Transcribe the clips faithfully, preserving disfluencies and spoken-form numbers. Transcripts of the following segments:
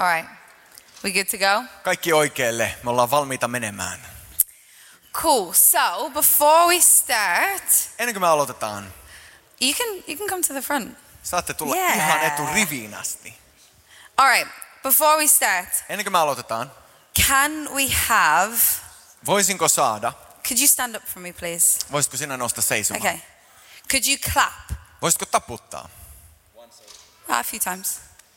All right. We good to go? Kaikki oikealle. Me ollaan valmiita menemään. Cool. So, before we start, Ennen kuin me aloitetaan, you can you can come to the front. saatte tulla Yeah. ihan eturiviin asti. All right. Before we start, Ennen kuin me aloitetaan, can we have voisinko saada, Could you stand up for me, please? voisitko sinä nousta seisomaan? Okay. Could you clap? Voisitko taputtaa? Ah, a few times.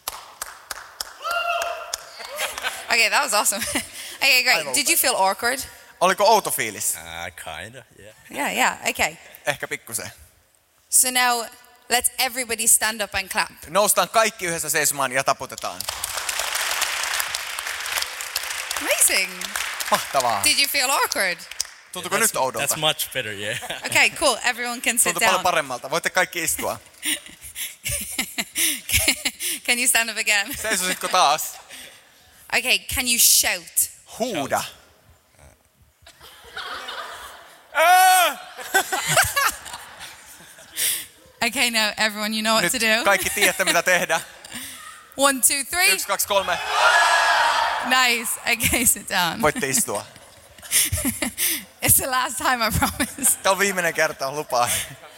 Okay, that was awesome. Okay, great. Did you feel awkward? Oliko outo fiilis? Uh, kinda, yeah. Yeah, yeah. Okay. Ehkä pikkusen. So now let's everybody stand up and clap. Noustaan kaikki yhdessä seisomaan ja taputetaan. Amazing. Mahtavaa. Did you feel awkward? Tuntuuko That's- nyt oudolta? That's much better, yeah. Okay, cool. Everyone can sit Tuntuu paljon down. paremmalta. Voitte kaikki istua. Can you stand up again? Seisositko taas? Okay, can you shout? Huuda. Okay, now everyone, you know what Nyt to do. kaikki tiedätte mitä tehdä. One, two, three. Yksi, kaksi, kolme. Nice. Okay, sit down. Voitte istua. It's the last time, I promise. Tämä on viimeinen kerta, lupaan.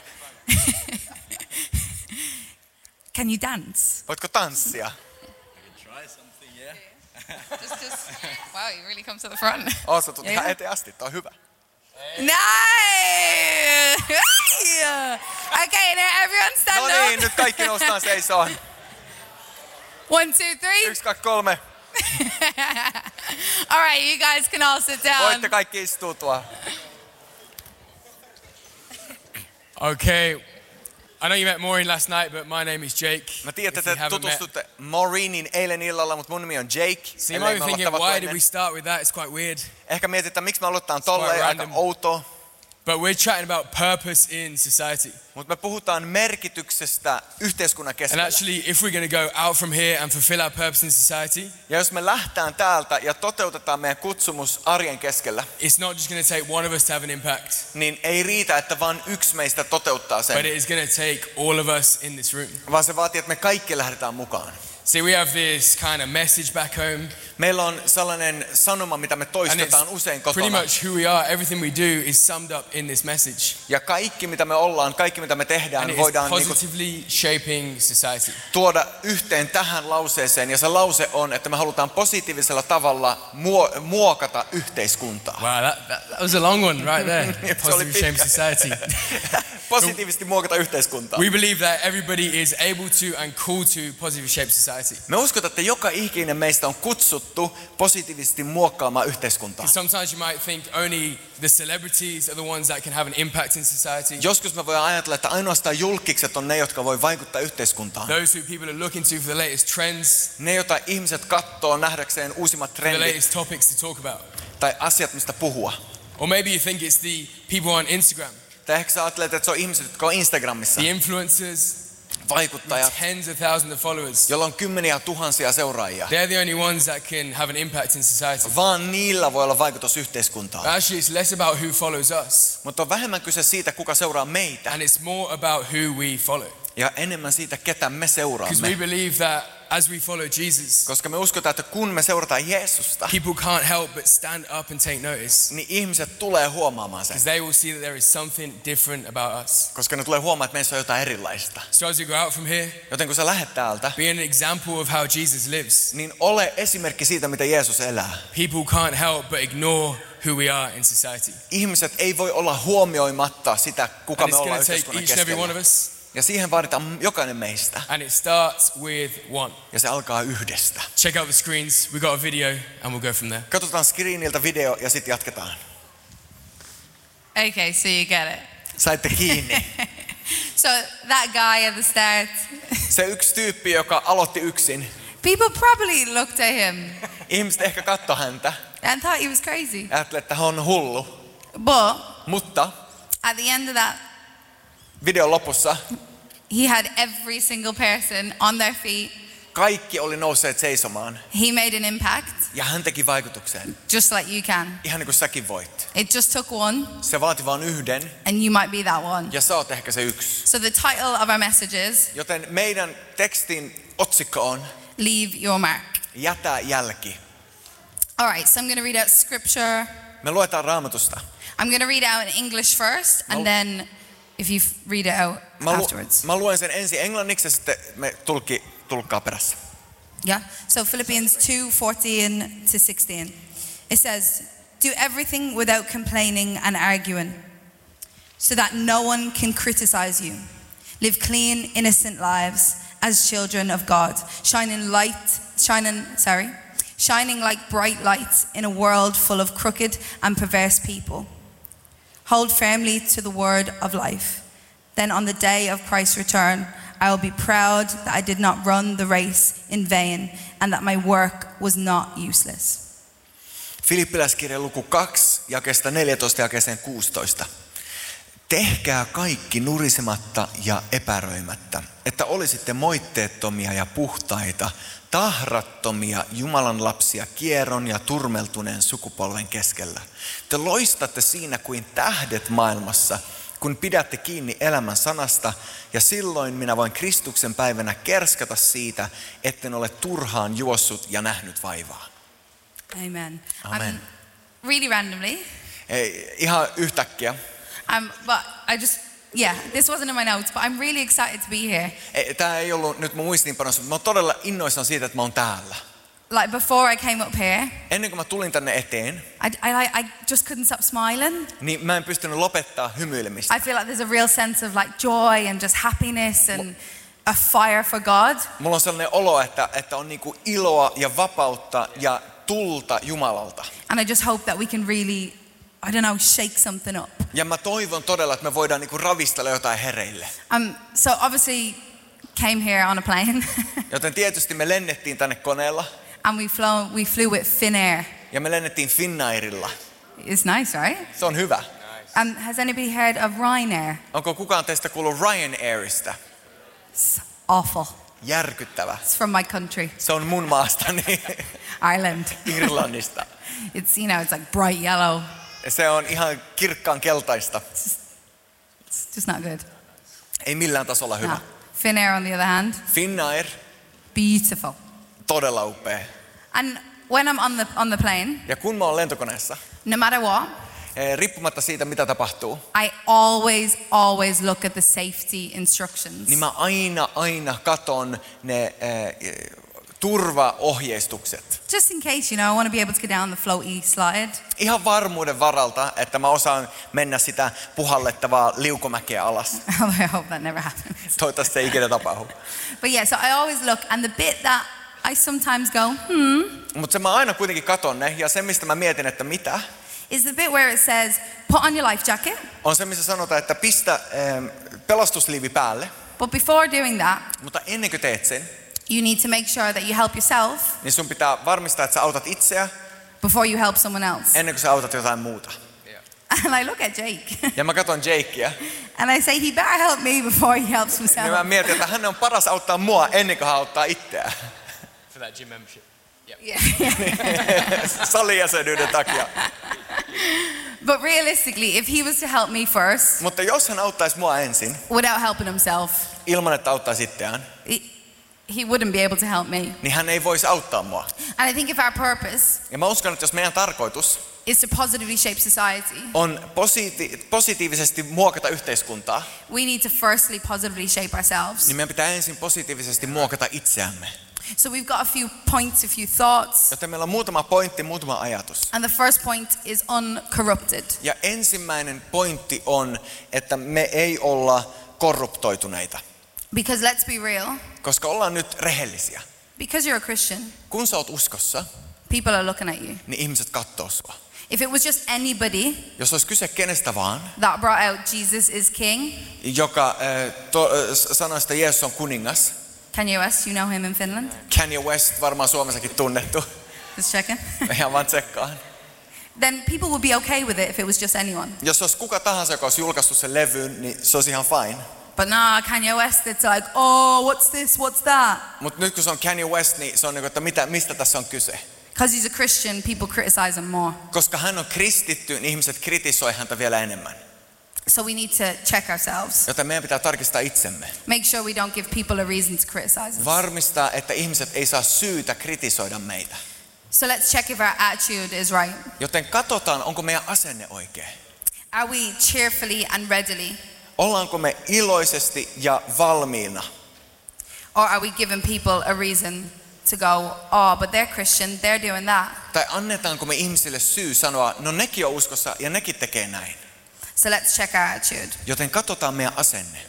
Can you dance? Voitko tanssia? Try something, yeah. Just, just. Wow, you really come to the front. Oot sä tullut Yeah. ihan eteen asti, tää on hyvä. Nice. Okay, now everyone stand No niin, up. nyt kaikki noustaan seisoon. One, two, three. Yksi, kaksi, kolme. All right, you guys can all sit down. Voitte kaikki istuutua. Okay, I know you met Maureen last night, but my name is Jake. Mä tiedän, If you että te haven't met. tutustutte Maureenin eilen illalla, mutta mun nimi on Jake. So you ellei might me be olla thinking, tavattu why ennen. did we start with that? It's quite weird. Ehkä mietitään, miksi me aloitetaan quite tolleen, aika random. outoa. But we're chatting about purpose in society. Mutta me puhutaan merkityksestä yhteiskunnan And keskellä. actually, if we're going to go out from here and fulfill our purpose in society, Ja jos me lähtään täältä ja toteutetaan meidän kutsumus arjen keskellä, it's not just going to take one of us to have an impact, niin ei riitä, että vain yksi meistä toteuttaa but sen, it is going to take all of us in this room. vaan se vaatii, että me kaikki lähdetään mukaan. See, we have this kind of message back home, Meillä on sellainen sanoma, mitä me and toistetaan usein it's pretty kotona. much who we are. Everything we do is summed up in this message. Ja kaikki, mitä me ollaan, kaikki, mitä me And tehdään, it is voidaan niinku positively shaping society. tuoda yhteen tähän lauseeseen. Ja se lause on, että me halutaan positiivisella tavalla muo- muokata yhteiskuntaa. Wow, that, that, that was a long one right there. Se oli Positive pitkä. shape society. Positiivisesti muokata yhteiskuntaa. We believe that everybody is able to and called to positive shape society. Me uskotaan, että joka ikinen meistä on kutsuttu positiivisesti muokkaamaan yhteiskuntaa. Sometimes you might think only the celebrities are the ones that can have an impact in society. Joskus me voidaan ajatella, että ainoastaan julkikset on ne, jotka voi vaikuttaa yhteiskuntaan. Those who people are looking to for the latest trends, Ne, joita ihmiset katsoo nähdäkseen uusimmat the trendit latest topics to talk about. tai asiat, mistä puhua. Or maybe you think it's the people on Instagram, Tai ehkä sä ajattelet, että se on ihmiset, jotka on Instagramissa, the influencers, vaikuttajat, tens of thousands of followers. jolla on kymmeniä tuhansia seuraajia. They're the only ones that can have an impact in society. Vaan niillä voi olla vaikutus yhteiskuntaan. But actually, it's less about who follows us, Mutta on vähemmän kyse siitä, kuka seuraa meitä, and it's more about who we follow. ja enemmän siitä, ketä me Because we seuraamme. believe that as we follow Jesus, Koska me uskotaan, että kun me seurataan Jeesusta, people can't help but stand up and take notice. niin ihmiset tulee huomaamaan sen. Because they will see that there is something different about us. Koska ne tulee huomaamaan, että meissä on jotain erilaista. So as you go out from here, Joten kun sä lähdet täältä, be an example of how Jesus lives. niin ole esimerkki siitä, mitä Jeesus elää. People can't help but ignore who we are in society. Ihmiset ei voi olla huomioimatta sitä, kuka And me it's ollaan going to take yhteiskunnan each and every one of keskellä. us. Ja siihen vaaditaan jokainen meistä. And it starts with one. Ja se alkaa yhdestä. Check out the screens. We got a video and we'll go from there. Katsotaan screeniltä video ja sitten jatketaan. Okay, so you get it. Saitte kiinni. So that guy at the start, Se yksi tyyppi, joka aloitti yksin. people probably looked at him Ihmiset ehkä katsoi häntä. and thought he was crazy. Ajatteli, että hän on hullu. But Mutta at the end of that, videon lopussa he had every single person on their feet. kaikki oli nousseet seisomaan. He made an impact, Ja hän teki vaikutuksen. just like you can. Ihan niin kuin säkin voit. It just took one, Se vaati vain yhden. and you might be that one. Ja sä oot ehkä se yksi. So the title of our message is Joten meidän tekstin otsikko on Leave Your Mark. jätä jälki. All right, so I'm going to read out scripture. Me luetaan Raamatusta. I'm going to read it out in English first, and Mal- then if you f- read it out Mä, lu- afterwards. mä luen sen ensin englanniksi ja sitten me tulkki, tulkkaa perässä. Yeah. So Philippians two fourteen to sixteen. It says, "Do everything without complaining and arguing, so that no one can criticize you. Live clean, innocent lives as children of God, shining light, shining, sorry, shining like bright lights in a world full of crooked and perverse people. Hold firmly to the word of life. Then on the day of Christ's return, I will be proud that I did not run the race in vain and that my work was not useless." Filippiläiskirja luku kaksi, jakeesta neljätoista jakeeseen kuusitoista. Tehkää kaikki nurisematta ja epäröimättä, että olisitte moitteettomia ja puhtaita, tahrattomia Jumalan lapsia kieron ja turmeltuneen sukupolven keskellä. Te loistatte siinä kuin tähdet maailmassa, kun pidätte kiinni elämän sanasta, ja silloin minä voin Kristuksen päivänä kerskata siitä, etten ole turhaan juossut ja nähnyt vaivaa. Amen. Amen. Um, really randomly, Ei, ihan yhtäkkiä. um, but I just, yeah, this wasn't in my notes, but I'm really excited to be here. Tämä ei ollut nyt mun muistiinpanossa, mutta mä oon todella innoissaan siitä, että mä oon täällä. Like before I came up here, Ennen kuin mä tulin tänne eteen, I, I, like, I just couldn't stop smiling. niin mä en pystynyt lopettaa hymyilemistä. I feel like there's a real sense of like joy and just happiness and a fire for God. Mulla on sellainen olo, että, että on niinku iloa ja vapautta ja tulta Jumalalta. And I just hope that we can really, I don't know, shake something up. Ja mä toivon todella, että me voidaan niinku ravistella jotain hereille. Um, so obviously came here on a plane Joten tietysti me lennettiin tänne koneella and we, flown, we flew with Finnair. ja me lennettiin Finnairilla. It's nice, right? Se on hyvä. Um, has anybody heard of Ryanair? Onko kukaan teistä kuullut Ryanairista? It's awful. Järkyttävä. It's from my country, Se on mun maastani, Ireland. Irlannista. It's, you know, it's like bright yellow. Se on ihan kirkkaan keltaista. It's just not good. Ei millään tasolla hyvä. No. Finnair, on the other hand, Finnair, beautiful. todella upea. And when I'm on the, on the plane, Ja kun mä oon lentokoneessa, no matter what, eh, riippumatta siitä mitä tapahtuu, I always, always look at the safety instructions. niin mä aina, aina katon ne eh, turvaohjeistukset. Just in case, you know, I want to be able to get down the floaty slide. Ihan varmuuden varalta, että mä osaan mennä sitä puhallettavaa liukomäkeä alas. Although I hope that never happens. Toivottavasti se ei ikinä tapahdu. But yeah, so I always look, and the bit that I sometimes go, hmm, Mutta se mä aina kuitenkin katon ne, ja se mistä mä mietin, että mitä, is the bit where it says, put on your life jacket. on se missä sanotaan, että pistä eh, pelastusliivi päälle, But before doing that, mutta ennen kuin teet sen, you need to make sure that you help yourself niin sun pitää varmistaa, että sä autat itseä before you help someone else. ennen kuin sä autat jotain muuta. And I look at Jake, Ja mä katon Jakea, and I say, he better help me before he helps niin mä himself. mietin, että hän on paras auttaa mua ennen kuin hän auttaa itseään. For that gym membership. Yep. Yeah. Salijäsenyyden takia. But realistically, if he was to help me first, Mutta jos hän auttaisi mua ensin, without helping himself, ilman että auttaisi itseään, he, he wouldn't be able to help me. niin hän ei voisi auttaa mua. And I think if our purpose Ja mä uskon, että jos meidän tarkoitus is to positively shape society, on positi- positiivisesti muokata yhteiskuntaa, we need to firstly positively shape ourselves. niin meidän pitää ensin positiivisesti muokata itseämme. So we've got a few points, a few thoughts. Joten meillä on muutama pointti, muutama ajatus. And the first point is uncorrupted. Ja ensimmäinen pointti on, että me ei olla korruptoituneita. Because let's be real, Koska ollaan nyt rehellisiä. because you're a Christian, Kun sä oot uskossa, people are looking at you. niin ihmiset katsoo sua. If it was just anybody Jos olisi kyse kenestä vaan, that brought out Jesus is king, joka äh, to, äh, sanoi, että Jeesus on kuningas. Kanye West, you know him in Finland? Kanye West, varmaan Suomessakin tunnettu. Just checking. Ihan vaan tsekkaan. Then people would be okay with it if it was just anyone. Jos olisi kuka tahansa, joka olisi julkaistu sen levyyn, niin se olisi ihan fine. But nah, Kanye West, it's like, oh, what's this, what's that? Mutta nyt kun se on Kanye West, niin se on niin kuin, että mitä, mistä tässä on kyse. Because he's a Christian, people criticize him more. Koska hän on kristitty, niin ihmiset kritisoi häntä vielä enemmän. So we need to check ourselves. Joten meidän pitää tarkistaa itsemme. Make sure we don't give people a reason to criticize us. Varmistaa, että ihmiset ei saa syytä kritisoida meitä. So let's check if our attitude is right. Joten katsotaan, onko meidän asenne oikein. Are we cheerfully and readily? Ollaanko me iloisesti ja valmiina? Or are we giving people a reason to go, oh, but they're Christian, they're doing that. Tai annetaanko me ihmisille syy sanoa, no nekin on uskossa ja nekin tekee näin. So let's check our attitude. Joten katsotaan meidän asenne.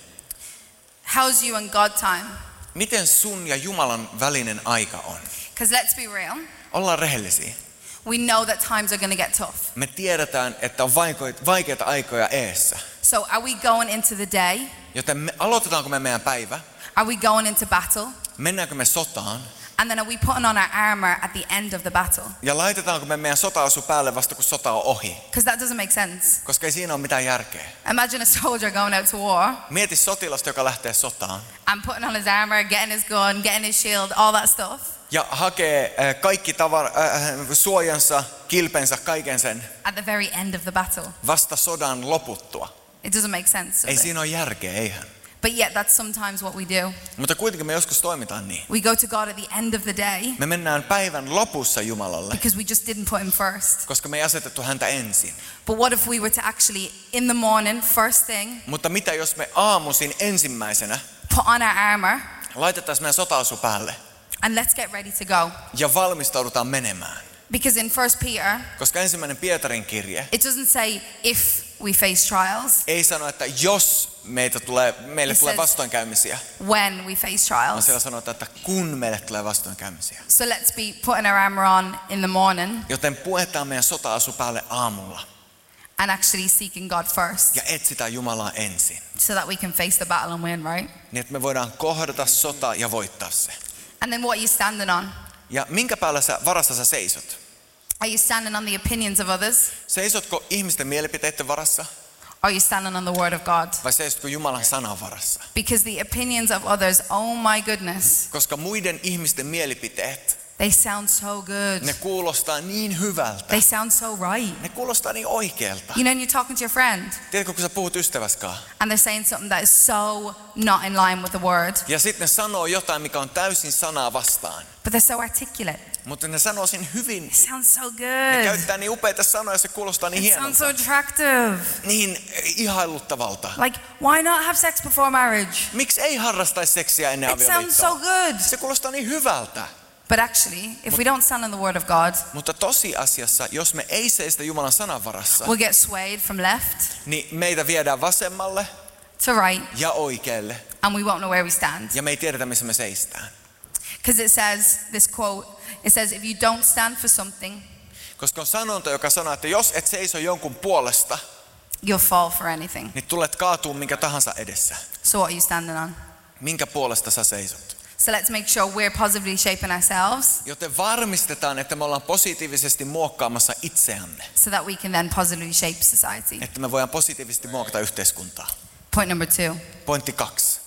How's you and God time? Miten sun ja Jumalan välinen aika on? Because let's be real. Ollaan rehellisiä. We know that times are going to get tough. Me tiedetään, että on vaikeita aikoja eessä. So are we going into the day? Joten me, aloitetaanko me meidän päivä? Are we going into battle? Mennäänkö me sotaan? And then are we putting on our armor at the end of the battle? Ja laitetaanko me meidän sota-asu päälle vasta kun sota on ohi? Because that doesn't make sense. Koska ei siinä ole mitään järkeä. Imagine a soldier going out to war Mieti sotilasta, joka lähtee sotaan. and putting on his armor, getting his gun, getting his shield, all that stuff. Ja hakee äh, kaikki tavar, äh, suojansa, kilpensä, kaiken sen At the very end of the battle. vasta sodan loputtua. It doesn't make sense. Ei Does it? siinä ole järkeä, eihän. But yet that's sometimes what we do. Mutta kuitenkin me joskus toimitaan niin. We go to God at the end of the day Me mennään päivän lopussa Jumalalle, because we just didn't put him first. koska me ei asetettu häntä ensin. But what if we were to actually, in the morning, first thing, Mutta mitä jos me aamuisin ensimmäisenä put on our armor laitettaisiin meidän sota-asu päälle and let's get ready to go? ja valmistaudutaan menemään? Because in First Peter, Koska ensimmäinen Pietarin kirje it doesn't say if we face trials, ei sano, että jos meitä tulee, meille It tulee says- vastoinkäymisiä, when we face vaan trials. siellä sanotaan, että kun meille tulee vastoinkäymisiä. So let's be putting our armor on in the morning Joten puetaan meidän sota-asu päälle aamulla and actually seeking God first ja etsitään Jumalaa ensin. so that we can face the battle and win, right? Niin, että me voidaan kohdata sota ja voittaa se. And then what are you standing on? Ja minkä päällä sä, varassa sä seisot? Are you standing on the opinions of others? Seisotko ihmisten mielipiteiden varassa Are you standing on the word of God? vai seisotko Jumalan sanan varassa? Because the opinions of others, oh my goodness, Koska muiden ihmisten mielipiteet, they sound so good. ne kuulostaa niin hyvältä. They sound so right. Ne kuulostaa niin oikealta. You know, when you're talking to your friend Tiedätkö, kun sä puhut ystäväskaan and they're saying something that is so not in line with the word, ja sitten ne sanoo jotain, mikä on täysin sanaa vastaan. but they're so articulate. Mutta ne sanoo sen hyvin. It sounds so Ne good. käyttää niin upeita sanoja, se kuulostaa niin It sounds so hienolta. attractive. Niin ihailuttavalta. Like, why not have sex before marriage? Miksi ei harrastaisi seksiä ennen It sounds so avioliittoa? good. Se kuulostaa niin hyvältä. But actually, if we don't stand on the word of God, Mutta tosiasiassa, jos me ei seistä Jumalan sanan varassa, we'll get swayed from left niin meitä viedään vasemmalle to right, ja oikealle. and we won't know where we stand. Ja me ei tiedetä, missä me seistään. Because it says, this quote, it says, if you don't stand for something, Koska on sanonta, joka sanoo, että jos et seiso jonkun puolesta, you'll fall for anything. niin tulet kaatuu minkä tahansa edessä. So what are you standing on? Minkä puolesta sä seisot? So let's make sure we're positively shaping ourselves Joten varmistetaan, että me ollaan positiivisesti muokkaamassa itseämme. so that we can then positively shape society. Että me voidaan positiivisesti muokata yhteiskuntaa. Point number two. Pointti kaksi.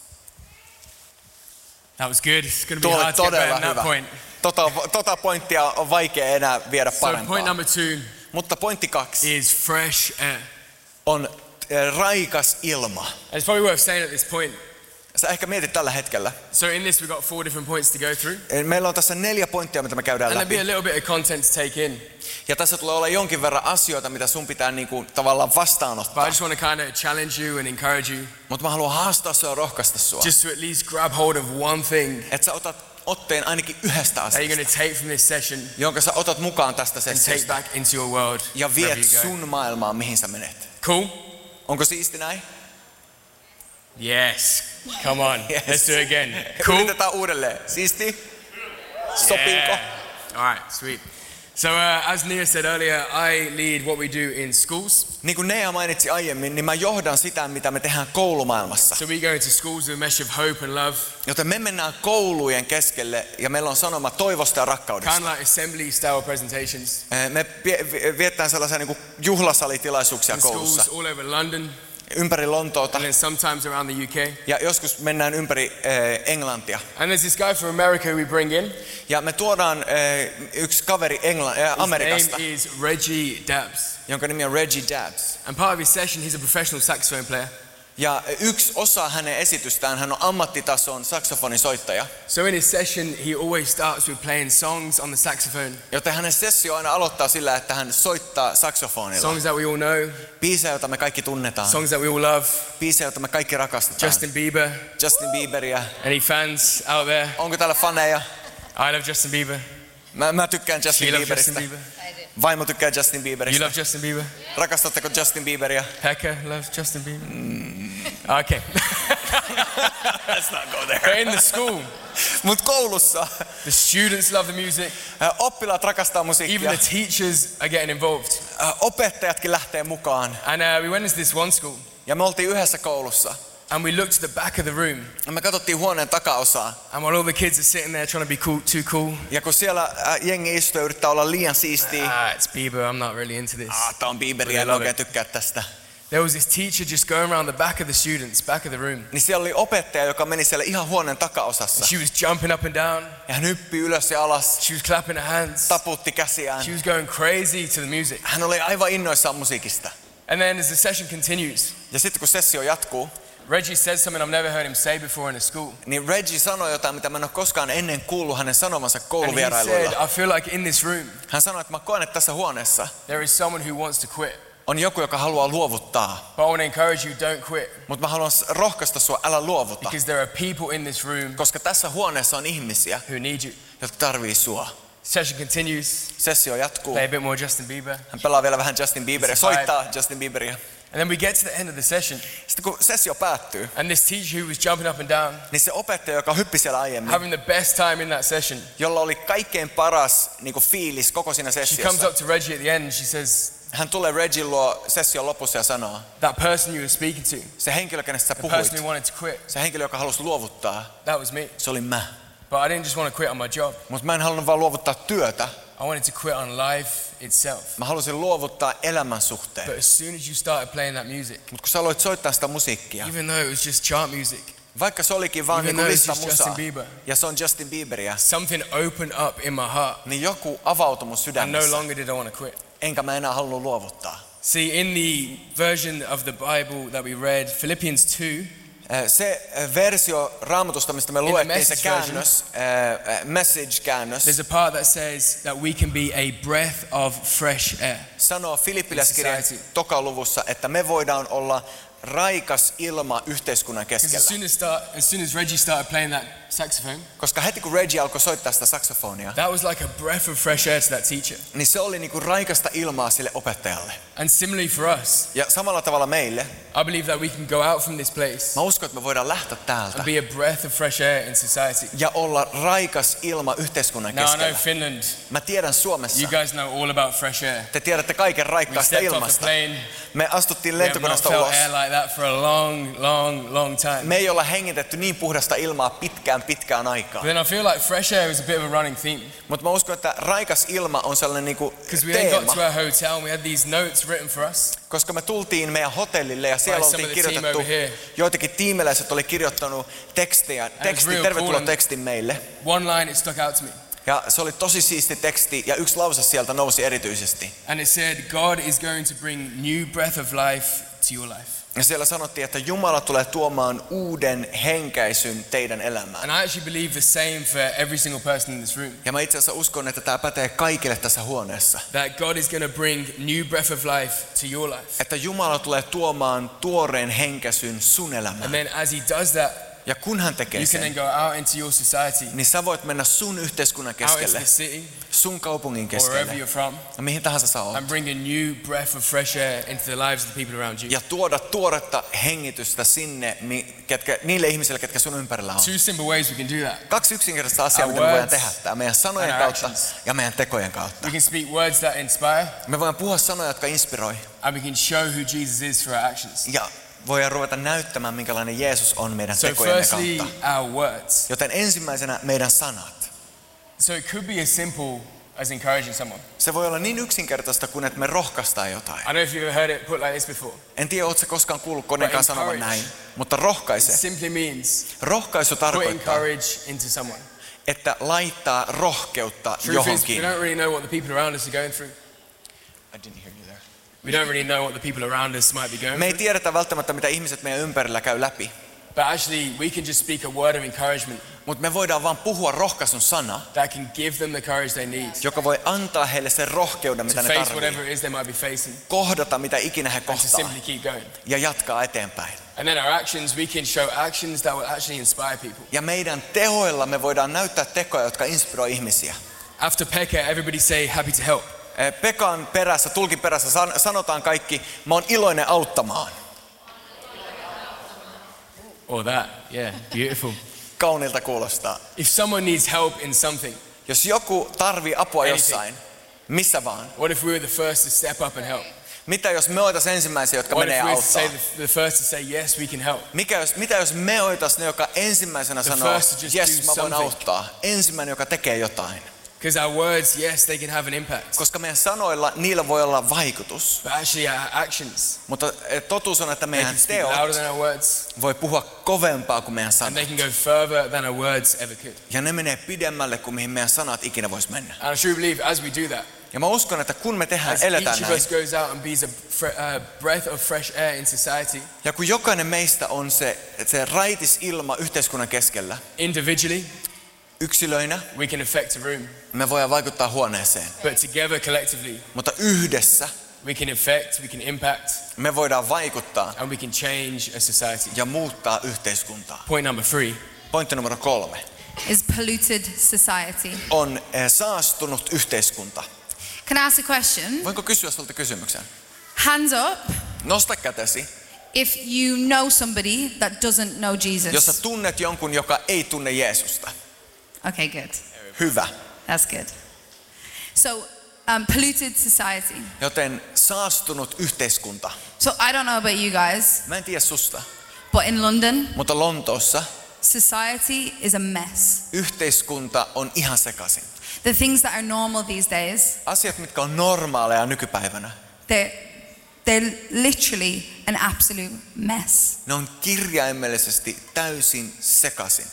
That was good. It's going to Tuo be oli hard to get better todella than that hyvä. point. Tota, tota pointtia on vaikea enää viedä So parempaa. point number two Mutta pointti kaksi is fresh air. on eh, raikas ilma. And it's probably worth saying at this point. Sä ehkä mietit tällä hetkellä. So in this we've got four different points to go through. Meillä on tässä neljä pointtia, mitä me käydään And there'll be a läpi. little bit of content to take in. Ja tässä tulee olla jonkin verran asioita, mitä sun pitää niinku tavallaan But vastaanottaa. I just want to kind of challenge you and encourage you Mutta mä haluan haastaa sua ja rohkaista sua. just to at least grab hold of one thing Että sä otat otteen ainakin yhdestä that you're going asiasta, to take from this session jonka sä otat mukaan tästä and take sessiosta. back into your world Ja wherever viet you go. sun maailmaan, mihin sä menet. Cool? Onko siisti näin? Yes. Come on. Yes. Let's do it again. Cool? Yritetään uudelleen. Siisti? Sopinko? Yeah. All right, sweet. So uh, as Nia said earlier, I lead what we do in schools. Niin kuin Nea mainitsi aiemmin, niin mä johdan sitä, mitä me tehdään koulumaailmassa. So we go into schools with a message of hope and love, Joten me mennään koulujen keskelle ja meillä on sanoma toivosta ja rakkaudesta. kind of like assembly style presentations Me pie- vi- vietetään sellaisia niin kuin juhlasalitilaisuuksia in koulussa. schools all over London. ympäri Lontoota and then sometimes around the U K. ja joskus mennään ympäri eh, Englantia. And there's this guy from America who we bring in. Ja me tuodaan eh, yksi kaveri Engla- eh, Amerikasta, His name is Reggie Dabbs. jonka nimi on Reggie Dabbs. And part of his session, he's a professional saxophone player. Ja yksi osa hänen esitystään, hän on ammattitason saksofonisoittaja. So in his session, he always starts with playing songs on the saxophone. Joten hänen sessio aina aloittaa sillä, että hän soittaa saksofonilla. Songs that we all know, Biisejä, joita me kaikki tunnetaan. songs that we all love. Biisejä, joita me kaikki rakastetaan. Justin Bieber. Justin Bieberia. Any fans out there? Onko täällä faneja? I love Justin Bieber. Mä, mä tykkään Justin She loves Bieberistä. Justin Bieber. Vaimo tykkää Justin You Bieberistä. love Justin Bieber? Rakastatteko Justin Bieberia? Pekka loves Justin Bieber? Okay. Let's not go there. But in the school, Mut koulussa the students love the music. ä, oppilaat rakastaa musiikkia. Even the teachers are getting involved. Ä, Opettajatkin lähtee mukaan. And uh, we went into this one school, Ja me oltiin yhdessä koulussa. and we looked to the back of the room. Ja me katsottiin huoneen takaosaa. And while all the kids are sitting there trying to be cool, too cool, Ja kun siellä ä, jengi istuu ja yrittää olla liian siistiä. ah, it's Bieber, I'm not really into this. Ah, tää on Bieberia, en Love oikein it. tykkää tästä. There was this teacher just going around the back of the students, back of the room. Niin siellä oli opettaja, joka meni siellä ihan huoneen takaosassa. She was jumping up and down. Ja hän hyppii ylös ja alas, She was clapping her hands. taputti käsiään. She was going crazy to the music. Hän oli aivan innoissaan musiikista. And then as the session continues, Ja sitten kun sessio jatkuu, Reggie says something I've never heard him say before in a school. niin Reggie sanoi jotain, mitä mä en ole koskaan ennen kuullut hänen sanomansa And he kouluvierailuilla. said, I feel like in this room, Hän sanoi, että mä koen, että tässä huoneessa there is someone who wants to quit. on joku, joka haluaa luovuttaa. But I want to encourage you, don't quit. Mutta mä haluan rohkaista sua, älä luovuta. Because there are people in this room Koska tässä huoneessa on ihmisiä, who need you. jotka tarvii sua. Session continues. Sessio jatkuu. Play a bit more Justin Bieber. Hän pelaa vielä vähän Justin Bieberia, It's a vibe. soittaa Justin Bieberia. And then we get to the end of the session. Sitten kun sessio päättyy, And this teacher who was jumping up and down, niin se opettaja, joka hyppi siellä aiemmin, having the best time in that session, jolla oli kaikkein paras niin kuin fiilis koko siinä she comes sessiossa. up to Reggie at the end and she says, Hän tulee Reggie luo session lopussa ja sanoo, that person you were speaking to, se henkilö, kenestä sä the puhuit, person who wanted to quit, se henkilö, joka halusi luovuttaa, that was me. se oli mä. But I didn't just want to quit on my job. Mutta mä en halunnut vaan luovuttaa työtä, I wanted to quit on life itself. mä halusin luovuttaa elämän suhteen. But as soon as you started playing that music, Mutta kun sä aloit soittaa sitä musiikkia, even though it was just chart music, vaikka se olikin vaan Even niinku though it's just listamusaa, Justin Bieber. ja se on Justin Bieberia, something opened up in my heart. niin joku avautui mun And no sydämessä, longer did I want to quit. enkä mä enää halunnut luovuttaa. See, in the version of the Bible that we read, Philippians two, Se versio Raamatusta, mistä me luettiin, se Message käännös, äh, message-käännös, there's a part that says that we can be a breath of fresh air. sanoo Filippiläiskirjan Society. tokaluvussa, että me voidaan olla raikas ilma yhteiskunnan Because as keskellä. soon as, start, as soon as Reggie started playing that saxophone, Koska heti kun Reggie alkoi soittaa sitä saksofonia, that was like a breath of fresh air to that teacher. niin se oli niinku raikasta ilmaa sille opettajalle. And similarly for us, Ja samalla tavalla meille, I believe that we can go out from this place mä uskon, että me voidaan lähteä täältä and be a breath of fresh air in society. ja olla raikas ilma yhteiskunnan Now I know keskellä. Finland, Mä tiedän Suomessa, you guys know all about fresh air. te tiedätte kaiken We raikkaasta stepped off the ilmasta. plane, Me astuttiin we have not lentokoneesta felt ulos. air like that for a long, long, long time. Me ei olla hengitetty niin puhdasta ilmaa pitkään pitkään aikaan. But then I feel like fresh air is a bit of a running theme. Mutta mä uskon, että raikas ilma on sellainen niinku Because we then got teema. to our hotel and we had these notes written for us. Koska me tultiin meidän hotellille ja siellä By some oltiin of the team kirjoitettu, over here. joitakin tiimeläiset oli kirjoittanut tekstiä, teksti, real tervetuloa cool. tekstin meille. One line, it stuck out to me. Ja se oli tosi siisti teksti ja yksi lause sieltä nousi erityisesti. And it said, God is going to bring new breath of life to your life. Ja siellä sanottiin, että Jumala tulee tuomaan uuden henkäisyn teidän elämään. And I actually believe the same for every single person in this room. Ja mä itse asiassa uskon, että tämä pätee kaikille tässä huoneessa. That God is going to bring new breath of life to your life. Että Jumala tulee tuomaan tuoreen henkäisyn sun And elämään. then as he does that, Ja kun hän tekee you can then sen, go out into your society, niin sä voit mennä sun yhteiskunnan out into keskelle, the city, sun kaupungin or wherever keskelle, you're from, ja mihin tahansa sä oot. and bring a new breath of fresh air into the lives of the people around you. Ja tuoda tuoretta hengitystä sinne, mi- ketkä, niille ihmisille, ketkä sun ympärillä on. Two simple ways we can do that. Kaksi yksinkertaista asiaa, Our mitä me voidaan words tehdä. Tämä meidän sanojen and our kautta actions. ja meidän tekojen kautta. We can speak words that inspire, Me voidaan puhua sanoja, jotka inspiroi. and we can show who Jesus is through our actions. Ja voidaan ruveta näyttämään, minkälainen Jeesus on meidän So tekojemme firstly, kautta. our words. Joten ensimmäisenä meidän sanat. So it could be as simple as encouraging someone. Se voi olla niin yksinkertaista kuin että me rohkaistaan jotain. I don't know if you've ever heard it put like this before. En tiedä, ootko koskaan kuullut koneenkaan sanovan näin, mutta It rohkaise. simply means Rohkaisu putting tarkoittaa, courage into someone. että laittaa rohkeutta Truth is, we johonkin. don't really know what the people around us are going through. I didn't hear you there. We don't really know what the people around us might be going Me ei through. tiedetä välttämättä, mitä ihmiset meidän ympärillä käy läpi, But actually, we can just speak a word of encouragement mutta me voidaan vaan puhua rohkaisun sana, that can give them the courage they need joka voi antaa heille sen rohkeuden, mitä to ne face whatever tarvitsee. it is they might be facing Kohdata, mitä ikinä he and to kohtaa, simply keep going. ja jatkaa eteenpäin. And then our actions, we can show actions that will actually inspire people. Ja meidän tehoilla me voidaan näyttää tekoja, jotka inspiroi ihmisiä. After Pekka, everybody say happy to help. Eh, Pekan perässä, tulkin perässä san- sanotaan kaikki, mä oon iloinen auttamaan. Or that, yeah, beautiful. Kauniilta kuulostaa. If someone needs help in something, Jos joku tarvii apua Anything. jossain, missä vaan. what if we were the first to step up and help? Mitä jos me oitais ensimmäisiä, jotka What menee if we were to say auttaa? the, the first to say yes, we can help? Mikä jos, mitä jos me oitais ne, joka ensimmäisenä The sanoo, first to just yes, do mä voin something. auttaa. Ensimmäinen, joka tekee jotain. Because our words, yes, they can have an impact. Koska meidän sanoilla, niillä voi olla vaikutus. But actually our actions, Mutta eh, totuus on, että they meidän can speak louder teot than our words. voi puhua kovempaa kuin meidän And sanat. they can go further than our words ever could. Ja ne menee pidemmälle kuin mihin meidän sanat ikinä vois mennä. And I truly believe as we do that, Ja mä uskon, että kun me tehdään, as eletään each of näin, us goes out and breathes a fre- uh, breath of fresh air in society, ja kun jokainen meistä on se, se raitis ilma yhteiskunnan keskellä, individually, yksilöinä, we can affect a room. me voidaan vaikuttaa huoneeseen. But together, collectively, Mutta yhdessä we can affect, we can impact, me voidaan vaikuttaa and we can change a society. ja muuttaa yhteiskuntaa. Point number three. Pointti numero kolme Is polluted society. on eh, saastunut yhteiskunta. Can I ask a question? Voinko kysyä sulta kysymyksen? Hands up Nosta kätesi, if you know somebody that doesn't know jos sä Jesus. tunnet jonkun, joka ei tunne Jeesusta. Okay, good. Hyvä. That's good. So, um, polluted society. Joten saastunut yhteiskunta. So I don't know about you guys, Mä en tiedä susta, but in London, mutta Lontoossa society is a mess. yhteiskunta on ihan sekaisin. The things that are normal these days, Asiat, mitkä on normaaleja nykypäivänä, they're, they're literally an absolute mess. ne on kirjaimellisesti täysin sekaisin.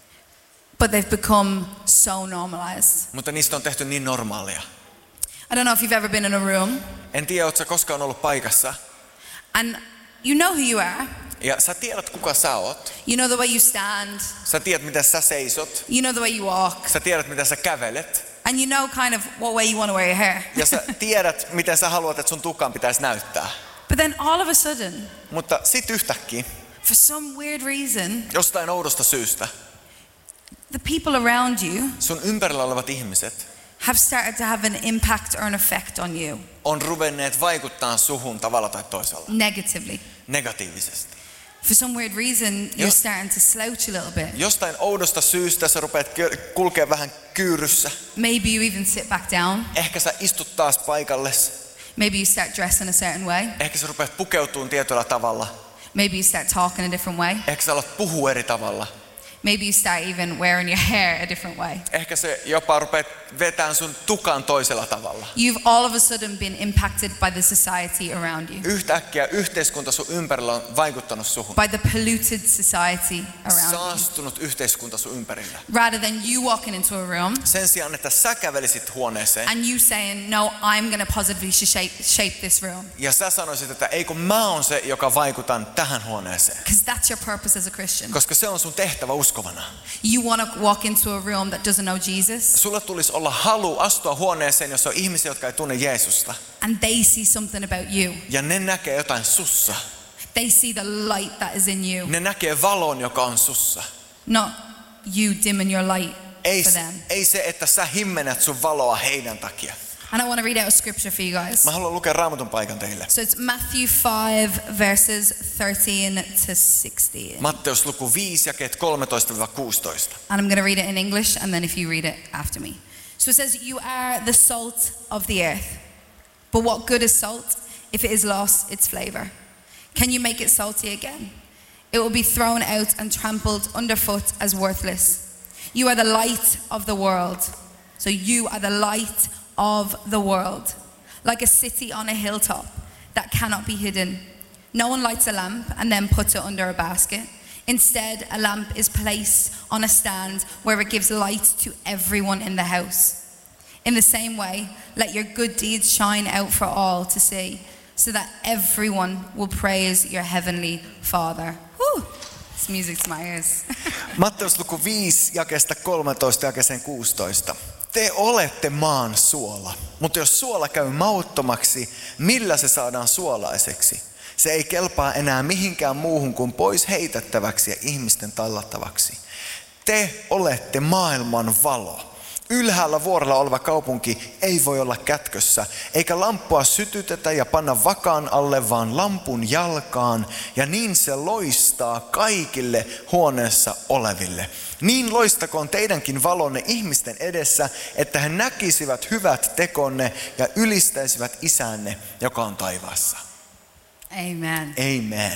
But they've become so normalized. Mutta niistä on tehty niin normaaleja. I don't know if you've ever been in a room En tiedä, ootko sä koskaan ollut paikassa, and you know who you are. ja sä tiedät, kuka sä oot. You know the way you stand. Sä tiedät, miten sä seisot. You know the way you walk. Sä tiedät, miten sä kävelet. And you know kind of what way you want to wear your hair. Ja sä tiedät, miten sä haluat, että sun tukan pitäisi näyttää. But then all of a sudden, Mutta sit yhtäkkiä, for some weird reason, jostain oudosta syystä, the people around you sun ympärillä olevat ihmiset have started to have an impact or an effect on you on ruvenneet vaikuttaa suhun tavalla tai toisella. negatively. Negatiivisesti. For some weird reason, you're Jos- starting to slouch a little bit. Jostain oudosta syystä sä rupeat ky- kulkea vähän kyyryssä. Maybe you even sit back down. Ehkä sä istut taas paikalles. Maybe you start dressing a certain way. Ehkä sä rupeat pukeutumaan tietyllä tavalla. Maybe you start talking a different way. Ehkä sä alat puhua eri tavalla. Maybe you start even wearing your hair a different way. Ehkä se jopa rupeat vetämään sun tukan toisella tavalla. You've all of a sudden been impacted by the society around you, Yhtäkkiä yhteiskunta sun ympärillä on vaikuttanut suhun. by the polluted society around you. Saastunut yhteiskunta sun ympärillä. Rather than you walking into a room Sen sijaan, että sä kävelisit huoneeseen and you saying, no, I'm going to positively shape, shape this room. ja sä sanoisit, että ei kun mä oon se, joka vaikutan tähän huoneeseen. Because that's your purpose as a Christian. Koska se on sun tehtävä uskovana. You want to walk into a room that doesn't know Jesus Sulla tulisi olla halu astua huoneeseen, jossa on ihmisiä, jotka ei tunne Jeesusta. and they see something about you. Ja ne näkee jotain sussa. They see the light that is in you, Ne näkee valon, joka on sussa. not you dimming your light Ei, for them. ei se, että sä himmenät sun valoa heidän takia. And I want to read out a scripture for you guys. Mä haluan lukea Raamatun paikan teille. So it's Matthew five, verses thirteen to sixteen. Matteus luku viisi, jakeet kolmetoista kuusitoista. And I'm going to read it in English, and then if you read it after me. So it says, you are the salt of the earth. But what good is salt if it is lost its flavor? Can you make it salty again? It will be thrown out and trampled underfoot as worthless. You are the light of the world. So you are the light of the world, like a city on a hilltop that cannot be hidden. No one lights a lamp and then puts it under a basket. Instead, a lamp is placed on a stand where it gives light to everyone in the house. In the same way, let your good deeds shine out for all to see, so that everyone will praise your heavenly Father. Whew. It's music to my ears. Matteus luku viisi, jakeesta kolmetoista jakeeseen kuusitoista. Te olette maan suola, mutta jos suola käy mauttomaksi, millä se saadaan suolaiseksi? Se ei kelpaa enää mihinkään muuhun kuin pois heitettäväksi ja ihmisten tallattavaksi. Te olette maailman valo. Ylhäällä vuorella oleva kaupunki ei voi olla kätkössä, eikä lamppua sytytetä ja panna vakaan alle, vaan lampun jalkaan, ja niin se loistaa kaikille huoneessa oleville. Niin loistakoon teidänkin valonne ihmisten edessä, että he näkisivät hyvät tekonne ja ylistäisivät isänne, joka on taivaassa. Amen. Amen.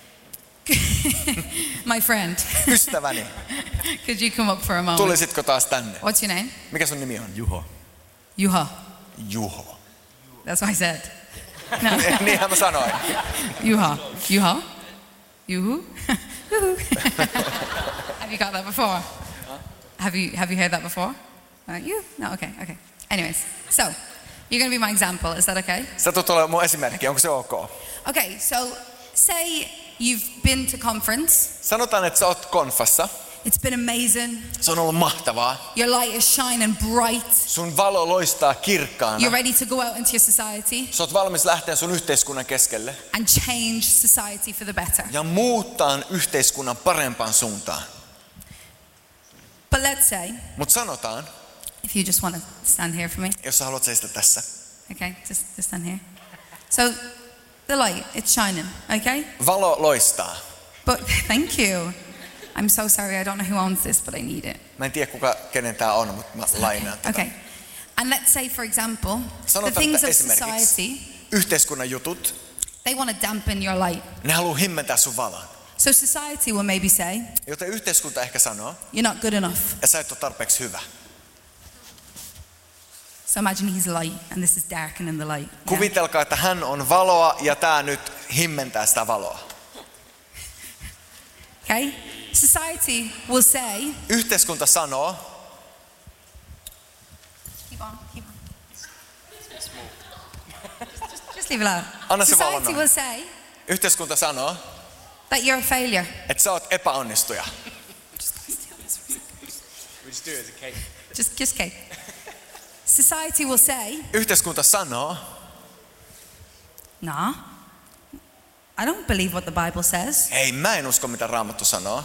My friend, Ystäväni, could you come up for a moment? tulisitko taas tänne? What's your name? Mikä sun nimi on? Juho. Juha. Juho. That's what I said. No. Niinhän mä sanoin. Juha. Juha. Juhu. Juhu. Have you got that before? Have you have you heard that before? Uh, you? No. Okay. Okay. Anyways, so you're going to be my example. Is that okay? Sä tulet olemaan mun esimerkki. Onko se ok? Okay. So say you've been to conference. Sanotaan, että sä oot konfassa. It's been amazing. Se on ollut mahtavaa. Your light is shining bright. Sun valo loistaa kirkkaana. You're ready to go out into your society Sä oot valmis lähteä sun yhteiskunnan keskelle and change society for the better. ja muuttaa yhteiskunnan parempaan suuntaan. But let's say, Mut sanotaan, if you just want to stand here for me. jos sä haluat seistä tässä. Okay, just, just stand here. So, the light, it's shining, okay? Valo loistaa. But, thank you. I'm so sorry, I don't know who owns this, but I need it. Mä en tiedä kuka, kenen tää on, mutta mä lainaan tätä. Okay. And let's say, for example, the Sanotaan, things että of esimerkiksi society, yhteiskunnan jutut, they want to dampen your light. ne haluaa himmentää sun valon. So society will maybe say, Joten yhteiskunta ehkä sanoo, you're not good enough. että sä et ole tarpeeksi hyvä. So imagine he's light and this is darkening the light. Yeah? Kuvitelkaa, että hän on valoa ja tää nyt himmentää sitä valoa. Okay? Society will say, Yhteiskunta sanoo, keep on, keep on. just, just leave it out. Anna se valon Society olla. will say yhteiskunta sanoo, that you're a failure. että sä oot epäonnistuja. We just do it as a cake. Just, just cake. Society will say, Yhteiskunta sanoo, nah, I don't believe what the Bible says. hei mä en usko mitä Raamattu sanoo.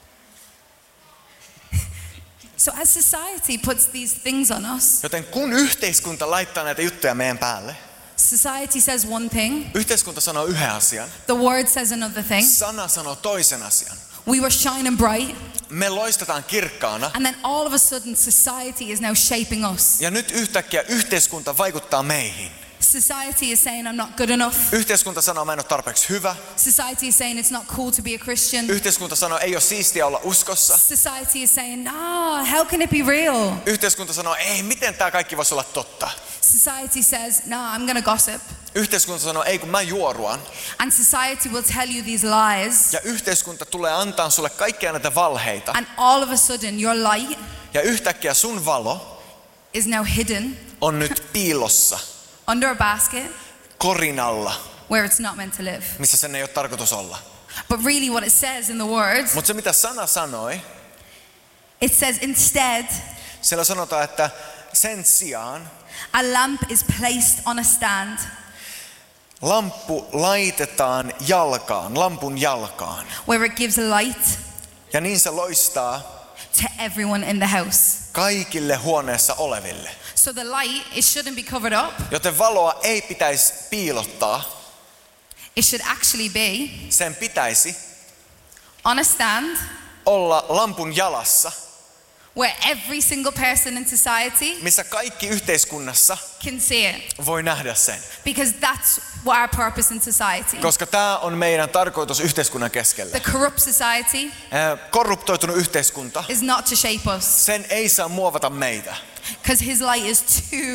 So as society puts these things on us, Joten kun yhteiskunta laittaa näitä juttuja meidän päälle, society says one thing, yhteiskunta sanoo yhden asian, the word says another thing. sana sanoo toisen asian. We were shining bright, Me loistetaan kirkkaana and then all of a sudden society is now shaping us. ja nyt yhtäkkiä yhteiskunta vaikuttaa meihin. Society is saying I'm not good enough. Yhteiskunta sanoo mä en ole tarpeeksi hyvä. Society is saying it's not cool to be a Christian. Yhteiskunta sanoo ei ole siistiä olla uskossa. Society is saying, nah, how can it be real? Yhteiskunta sanoo ei, miten tämä kaikki voisi olla totta. Society says, nah, I'm gonna gossip. Yhteiskunta sanoo ei, kun mä juoruan. And society will tell you these lies. Ja yhteiskunta tulee antaa sulle kaikkia näitä valheita. And all of a sudden your light Ja yhtäkkiä sun valo is now hidden on nyt piilossa, under a basket korinalla, where it's not meant to live. missä sen ei ole tarkoitus olla. But really what it says in the words, Mutta se mitä sana sanoi, it says instead, siellä sanotaan, että sen sijaan a lamp is placed on a stand lamppu laitetaan jalkaan, lampun jalkaan. where it gives light Ja niin se loistaa to everyone in the house. kaikille huoneessa oleville. So the light, it shouldn't be covered up. Joten valoa ei pitäisi piilottaa, It should actually be sen pitäisi on a stand olla lampun jalassa, where every single person in society missä kaikki yhteiskunnassa can see it. voi nähdä sen. Because that's what our purpose in society. Koska tämä on meidän tarkoitus yhteiskunnan keskellä. The corrupt society Äh, Korruptoitunut yhteiskunta, is not to shape us. sen ei saa muovata meitä. Because his light is too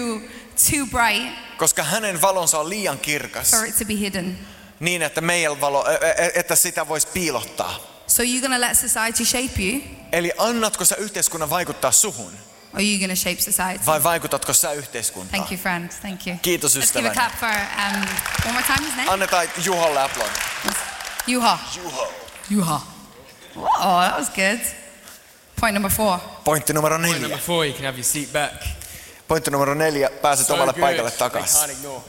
too bright koska hänen valonsa on liian kirkas. for it to be hidden. Niin, että meidän valo, ä, ä, että sitä voisi piilottaa. So you're going to let society shape you, Eli annatko sä yhteiskunnan vaikuttaa suhun? or are you going to shape society? Vai vaikutatko sä yhteiskuntaan? Thank you, friend. Thank you. Kiitos Let's give a ystäväni. clap for, um, one more time his name? Annetaan Juholle aplodit. Juha. Juho. Juha. Oh, that was good. Point number four. Pointti numero Point neljä. number four, you can have your seat back. Pointti numero neljä. Pääset So omalle good, paikalle they takaisin. can't ignore.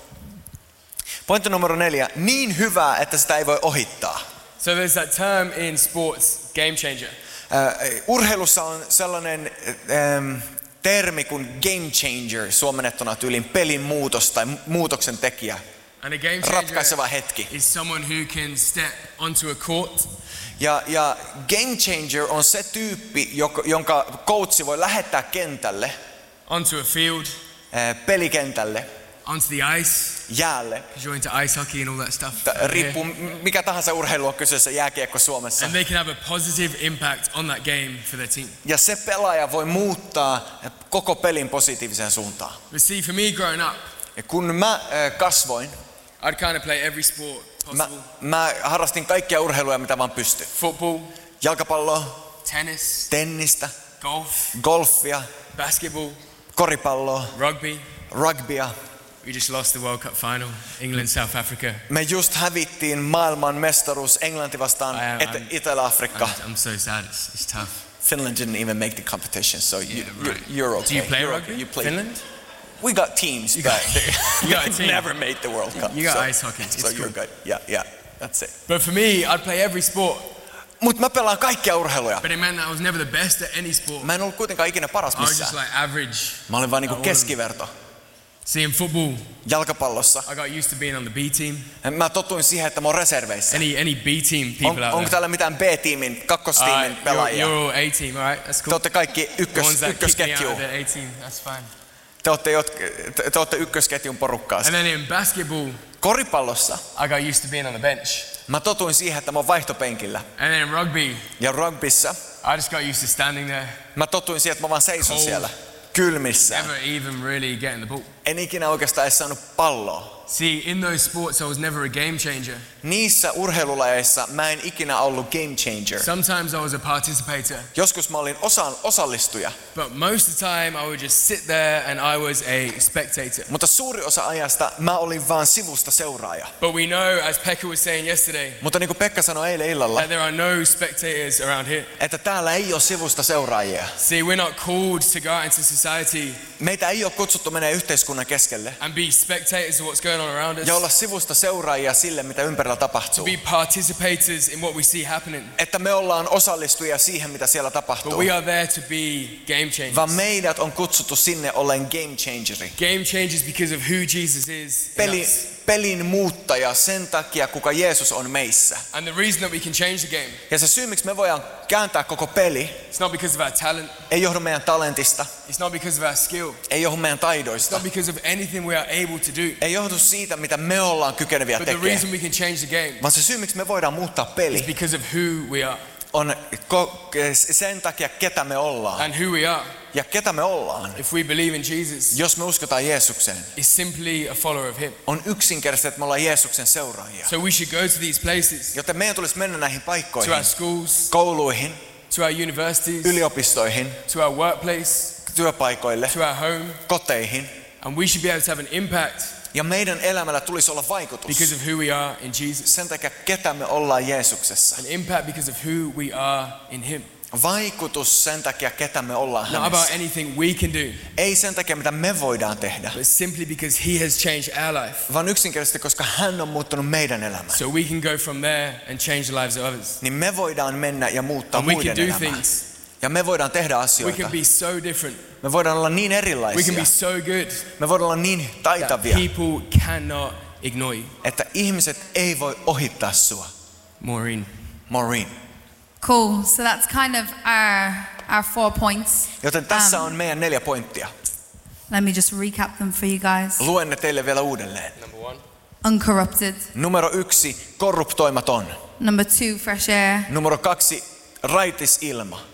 Pointti numero neljä. Niin hyvää, että sitä ei voi ohittaa. So there's that term in sports, game changer. Uh, urheilussa on sellainen um, termi kuin game changer, suomennettuna tyyliin pelin muutos tai muutoksen tekijä. And a game Ratkaiseva changer hetki. is someone who can step onto a court Ja, ja game changer on se tyyppi, joka, jonka coachi voi lähettää kentälle, onto a field, uh, pelikentälle, onto the ice, jäälle. because you're into ice hockey and all that stuff. Ta- Riippuu mikä tahansa urheilu on kyseessä, jääkiekko Suomessa. And they can have a positive impact on that game for their team. Ja se pelaaja voi muuttaa koko pelin positiiviseen suuntaan. But see, for me growing up, Ja kun mä äh, kasvoin, I'd kind of play every sport mä, possible. mä harrastin kaikkia urheiluja, mitä vaan pystyn. Football, Jalkapalloa, tennis, tennistä, golf, golfia, basketball, koripalloa, rugby. rugbya. We just lost the World Cup final, England, South Africa. Me just hävittiin maailman mestaruus Englanti vastaan I am- Et- I'm- Etelä-Afrikka. I'm, I'm so sad, it's, it's tough. Finland didn't even make the competition, so you, Yeah, you, right. you're okay. Do you play You're rugby? okay. You play. Finland? We got teams, You but got- they, you got a they've team. never made the World Cup. You got so, ice hockey, So it's you're cool. good. Yeah, yeah, that's it. But for me, I'd play every sport. Mut mä pelaan kaikkia urheiluja. But it meant that I was never the best at any sport. Mä en ollut kuitenkaan ikinä paras I was just missään. like average. Mä olin vaan niinku I wasn't- keskiverto. See, in football, Jalkapallossa. I got used to being on the B team. Mä totuin siihen, että mä oon reserveissä. Any any B team On, people out onko there? täällä mitään B-tiimin, kakkostiimin Alright, you're, pelaajia? you're all A team, alright? That's Te cool. ootte kaikki The ykkös, ones that kick me out ykkösketjuun. of the A team, that's fine. Te ootte, jot, te, te ootte ykkösketjun porukkaa. And then in basketball, Koripallossa I got used to being on the bench. mä totuin siihen, että mä oon vaihtopenkillä. And then in rugby, Ja rugbyssa I just got used to standing there, mä totuin siihen, että mä vaan seison Cold. siellä. Kylmissä. never even really getting the ball. En ikinä oikeastaan edes saanut palloa. See, in those sports, I was never a game changer. Niissä urheilulajeissa mä en ikinä ollut game changer. Sometimes I was a participator, Joskus mä olin osan, osallistuja, but most of the time I would just sit there and I was a spectator. mutta suuri osa ajasta mä olin vaan sivusta seuraaja. But we know, as Pekka was saying yesterday, Mutta niin kuin Pekka sanoi eilen illalla, that there are no spectators around here. että täällä ei ole sivusta seuraajia. See, we're not called to go out into society Meitä ei ole kutsuttu menee yhteiskunnan keskelle and be spectators of what's going on around us, ja olla sivusta seuraajia sille, mitä ympärillä to tapahtuu. be participators in what we see happening. Että me ollaan osallistujia siihen, mitä siellä But tapahtuu. we are there to be game changers. Vaan meidät on kutsuttu sinne olleen game changeri. Game changers because of who Jesus is in Peli, us. pelin muuttaja sen takia, kuka Jeesus on meissä. And the reason that we can change the game, Ja se syy, miksi me voidaan kääntää koko peli, it's not because of our talent, ei johdu meidän talentista, it's not because of our skill, ei johdu meidän it's taidoista, not because of anything we are able to do. ei johdu siitä, mitä me ollaan kykeneviä But the tekemään. reason we can change the game Vaan se syy, miksi me voidaan muuttaa is peli, because of who we are. on ko- sen takia, ketä me ollaan. And who we are, Ja ketä me ollaan, if we believe in Jesus, jos me uskotaan Jeesukseen, is simply a follower of Him. on yksinkertaisesti, että me ollaan Jeesuksen seuraajia. So we should go to these places, Joten meidän tulisi mennä näihin to paikkoihin, our schools, kouluihin, to our universities, yliopistoihin, to our workplace, työpaikoille, to our home, koteihin. and we should be able to have an impact Ja meidän elämällä tulisi olla vaikutus. because of who we are in Jesus. Sen takia, ketä me ollaan Jeesuksessa. An impact because of who we are in Him. Vaikutus sen takia, ketä me ollaan Not about hänessä. anything we can do, Ei sen takia, mitä me voidaan tehdä, but simply because He has changed our life. vaan yksinkertaisesti, koska hän on muuttanut meidän elämän. So we can go from there and change the lives of others. Niin me voidaan mennä ja muuttaa And we muiden can do elämää. things. Ja me voidaan tehdä We asioita. can be so different. Me voidaan olla niin We can erilaisia. be so good Me voidaan olla niin that taitavia, people cannot ignore you. että ihmiset ei voi ohittaa sua. Maureen. Maureen. Cool. So that's kind of our our four points. Joten tässä Um, on meidän neljä pointtia. Let me just recap them for you guys. Luen ne teille vielä uudelleen. Number one. Uncorrupted. Numero yksi, korruptoimaton. Number two, fresh air. Numero kaksi, raitis ilma.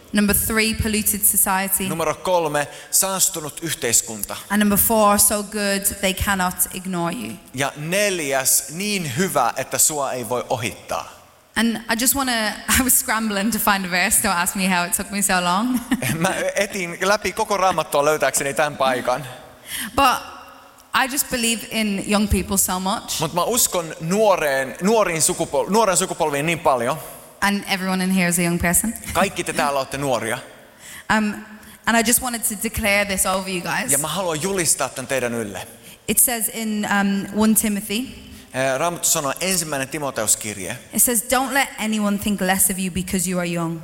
Number three, polluted society. Numero kolme, saastunut yhteiskunta. And number four, so good they cannot ignore you. Ja neljäs, niin hyvä, että sua ei voi ohittaa. And I just want to, I was scrambling to find a verse. Don't ask me how it took me so long. Mä etin läpi koko Raamattua löytääkseni tämän paikan. But I just believe in young people so much. Mutta mä uskon nuoreen, nuoriin sukupol- nuoren sukupolviin niin paljon. And everyone in here is a young person. Kaikki te täällä olette nuoria. Um, and I just wanted to declare this over you guys. Ja mä haluan julistaa tämän teidän ylle. It says in um, First Timothy, Raamattu sanoo ensimmäinen Timoteuskirje. it says, don't let anyone think less of you because you are young.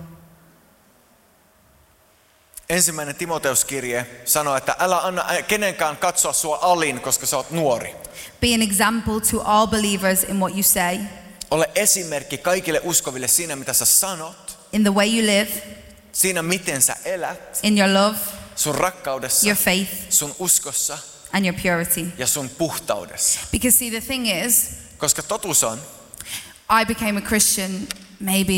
Ensimmäinen Timoteuskirje sanoo, että älä anna kenenkään katsoa sua alin, koska sä oot nuori. Be an example to all believers in what you say, Ole esimerkki kaikille uskoville siinä, mitä sä sanot, in the way you live, siinä, miten sä elät, in your love, sun rakkaudessa, your faith, sun uskossa and your purity. ja sun puhtaudessa. Because see, the thing is, Koska totuus on, I became a Christian maybe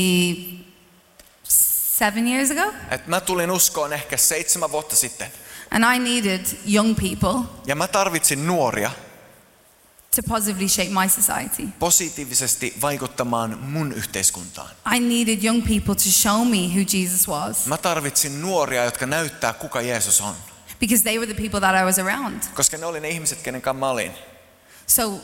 seven years ago, että mä tulin uskoon ehkä seitsemän vuotta sitten. and I needed young people Ja mä tarvitsin nuoria to positively shape my society. positiivisesti vaikuttamaan mun yhteiskuntaan. I needed young people to show me who Jesus was, Mä tarvitsin nuoria, jotka näyttää, kuka Jeesus on. because they were the people that I was around. Koska ne oli ne ihmiset, kenen kanssa mä olin. So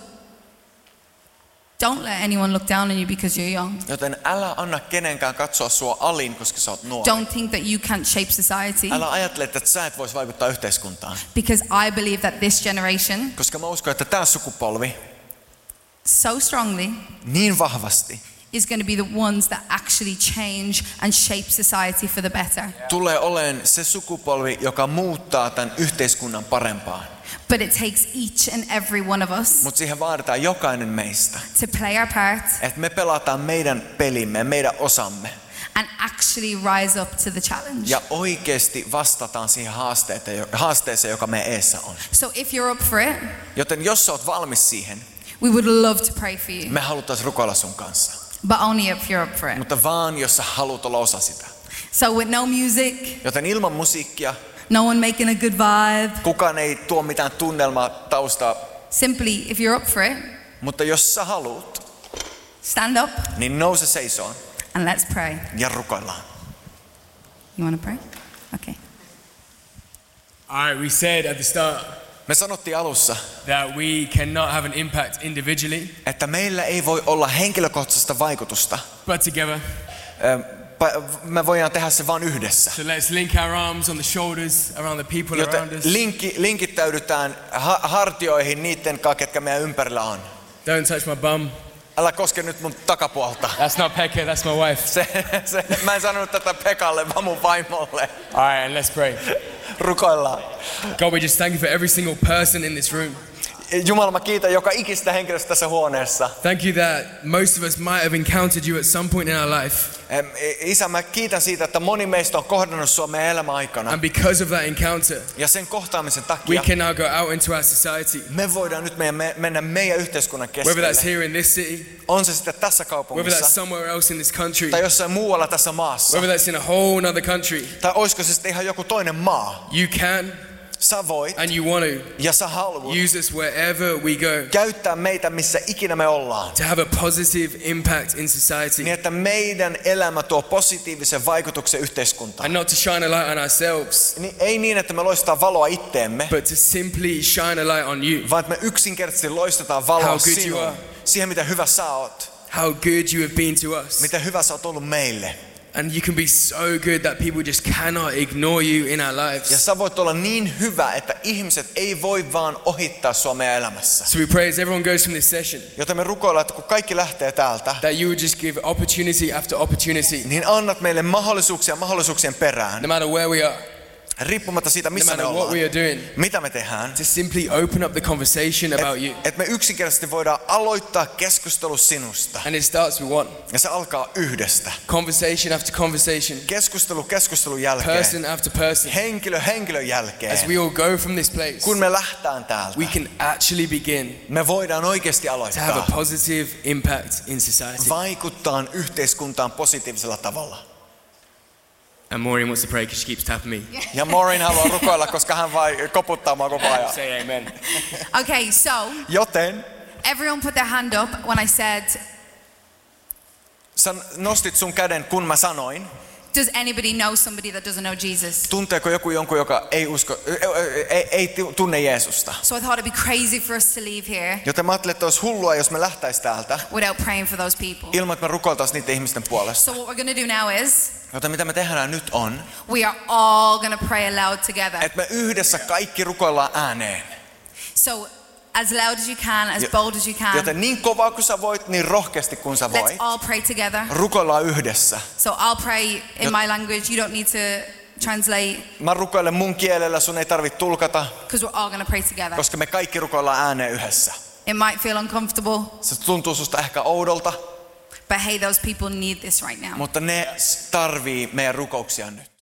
don't let anyone look down on you because you're young. Joten älä anna kenenkään katsoa sua alin, koska sä oot nuori. Don't think that you can't shape society, Älä ajattele, että sä et vois vaikuttaa yhteiskuntaan. because I believe that this generation Koska mä uskon, että tää sukupolvi so strongly niin vahvasti is going to be the ones that actually change and shape society for the better. tulee olemaan se sukupolvi, joka muuttaa tämän yhteiskunnan parempaan. But it takes each and every one of us Mutta siihen vaaditaan jokainen meistä. to play our part Että me pelataan meidän pelimme, meidän osamme. and actually rise up to the challenge. Ja oikeasti vastataan siihen haasteeseen, joka meidän eessä on. So if you're up for it, Joten jos sä oot valmis siihen, we would love to pray for you, me halutaan rukoilla sun kanssa. but only if you're up for it. Mutta vaan jos sä haluat olla osa sitä. So with no music, Joten ilman musiikkia, no one making a good vibe, kukaan ei tuo mitään tunnelmaa taustaa. simply if you're up for it, Mutta jos sä haluat, stand up niin nouse seisoon and let's pray. ja rukoillaan. You want to pray? Okay. All right, we said at the start Me sanottiin alussa, that we cannot have an impact individually, että meillä ei voi olla henkilökohtaista vaikutusta. but together. Ö, pa- Me voidaan tehdä se vain yhdessä. So let's link our arms on the shoulders around the people around Joten us. linkki, linkittäydytään ha- hartioihin niiden kanssa, ketkä meidän ympärillä on. Don't touch my bum. Älä koske nyt mun takapuolta. That's not Pekka, that's my wife. Se, se, mä en sanonut tätä Pekalle, vaan mun vaimolle. All right, and let's pray. Rukoillaan. God, we just thank you for every single person in this room. Jumala, mä kiitän joka ikistä henkilöstä tässä huoneessa. Thank you that most of us might have encountered you at some point in our life. Em, Isä, mä kiitän siitä, että moni meistä on kohdannut sua meidän elämän aikana. And because of that encounter, Ja sen kohtaamisen we takia can now go out into our society. me voidaan nyt meidän, me, mennä meidän yhteiskunnan Whether that's keskelle. here in this city, On se sitten tässä whether kaupungissa that's somewhere else in this country, tai jossain muualla tässä maassa. whether that's in a whole other country, Tai olisiko se sitten ihan joku toinen maa. you can Sä voit and you want to ja sä haluat use us wherever we go käyttää meitä missä ikinä me ollaan. to have a positive impact in society. Niin että meidän elämä tuo positiivisen vaikutuksen yhteiskuntaan. And not to shine a light on ourselves, Niin, ei niin, että me loistaa valoa itteemme, but to simply shine a light on you. vaan että me yksinkertaisesti loistetaan valoa How good you sinuun. are. Siihen, mitä hyvä sä oot. How good you have been to us. Miten hyvä sä oot ollut meille. And you can be so good that people just cannot ignore you in our Ja lives. sä voit olla niin hyvä, että ihmiset ei voi vaan ohittaa sua meidän elämässä. So we pray as everyone goes from this session, Joten me rukoillaan, että kun kaikki lähtee täältä, that you would just give opportunity after opportunity, niin annat meille mahdollisuuksia mahdollisuuksien perään, no matter where we are, riippumatta siitä, no missä me matter what ollaan. we are doing, Mitä me tehdään? to simply open up the conversation about you. Että et me yksinkertaisesti voidaan aloittaa keskustelu sinusta. And it starts with one. Ja se alkaa yhdestä. Conversation after conversation, Keskustelu keskustelun jälkeen. person after person. Henkilö henkilön jälkeen. As we all go from this place, Kun me lähtään täältä, we can actually begin me voidaan oikeasti to have a aloittaa positive impact in society. vaikuttaa yhteiskuntaan positiivisella tavalla. And Maureen wants to pray because she keeps tapping me. Ja Maureen haluaa rukoilla, koska hän vai koputtaa mua koko ajan. Say amen. Okay, so Joten everyone put their hand up when I said, sä nostit sun käden, kun mä sanoin. does anybody know somebody that doesn't know Jesus? Tunteeko joku jonkun, joka ei usko, ei, ei tunne Jeesusta? So I thought it'd be crazy for us to leave here Joten mä ajattelin, että olisi hullua, jos me lähtäis täältä without praying for those people. ilman, että me rukoiltaisiin niiden ihmisten puolesta. So what we're going to do now is Joten mitä me tehdään nyt on, we are all going to pray aloud together. että me yhdessä kaikki rukoillaan ääneen. So as loud as you can, as bold as you can, Joten niin kovaa kuin sä voit, niin rohkeasti kuin sä let's voit. all pray together. Rukoillaan yhdessä. So I'll pray in my language. You don't need to translate Mä rukoilen mun kielellä, sun ei tarvitse tulkata, because we're all going to pray together. koska me kaikki rukoillaan ääneen yhdessä. It might feel uncomfortable, Se tuntuu susta ehkä oudolta, but hey, those people need this right now. mutta ne tarvii meidän rukouksia nyt.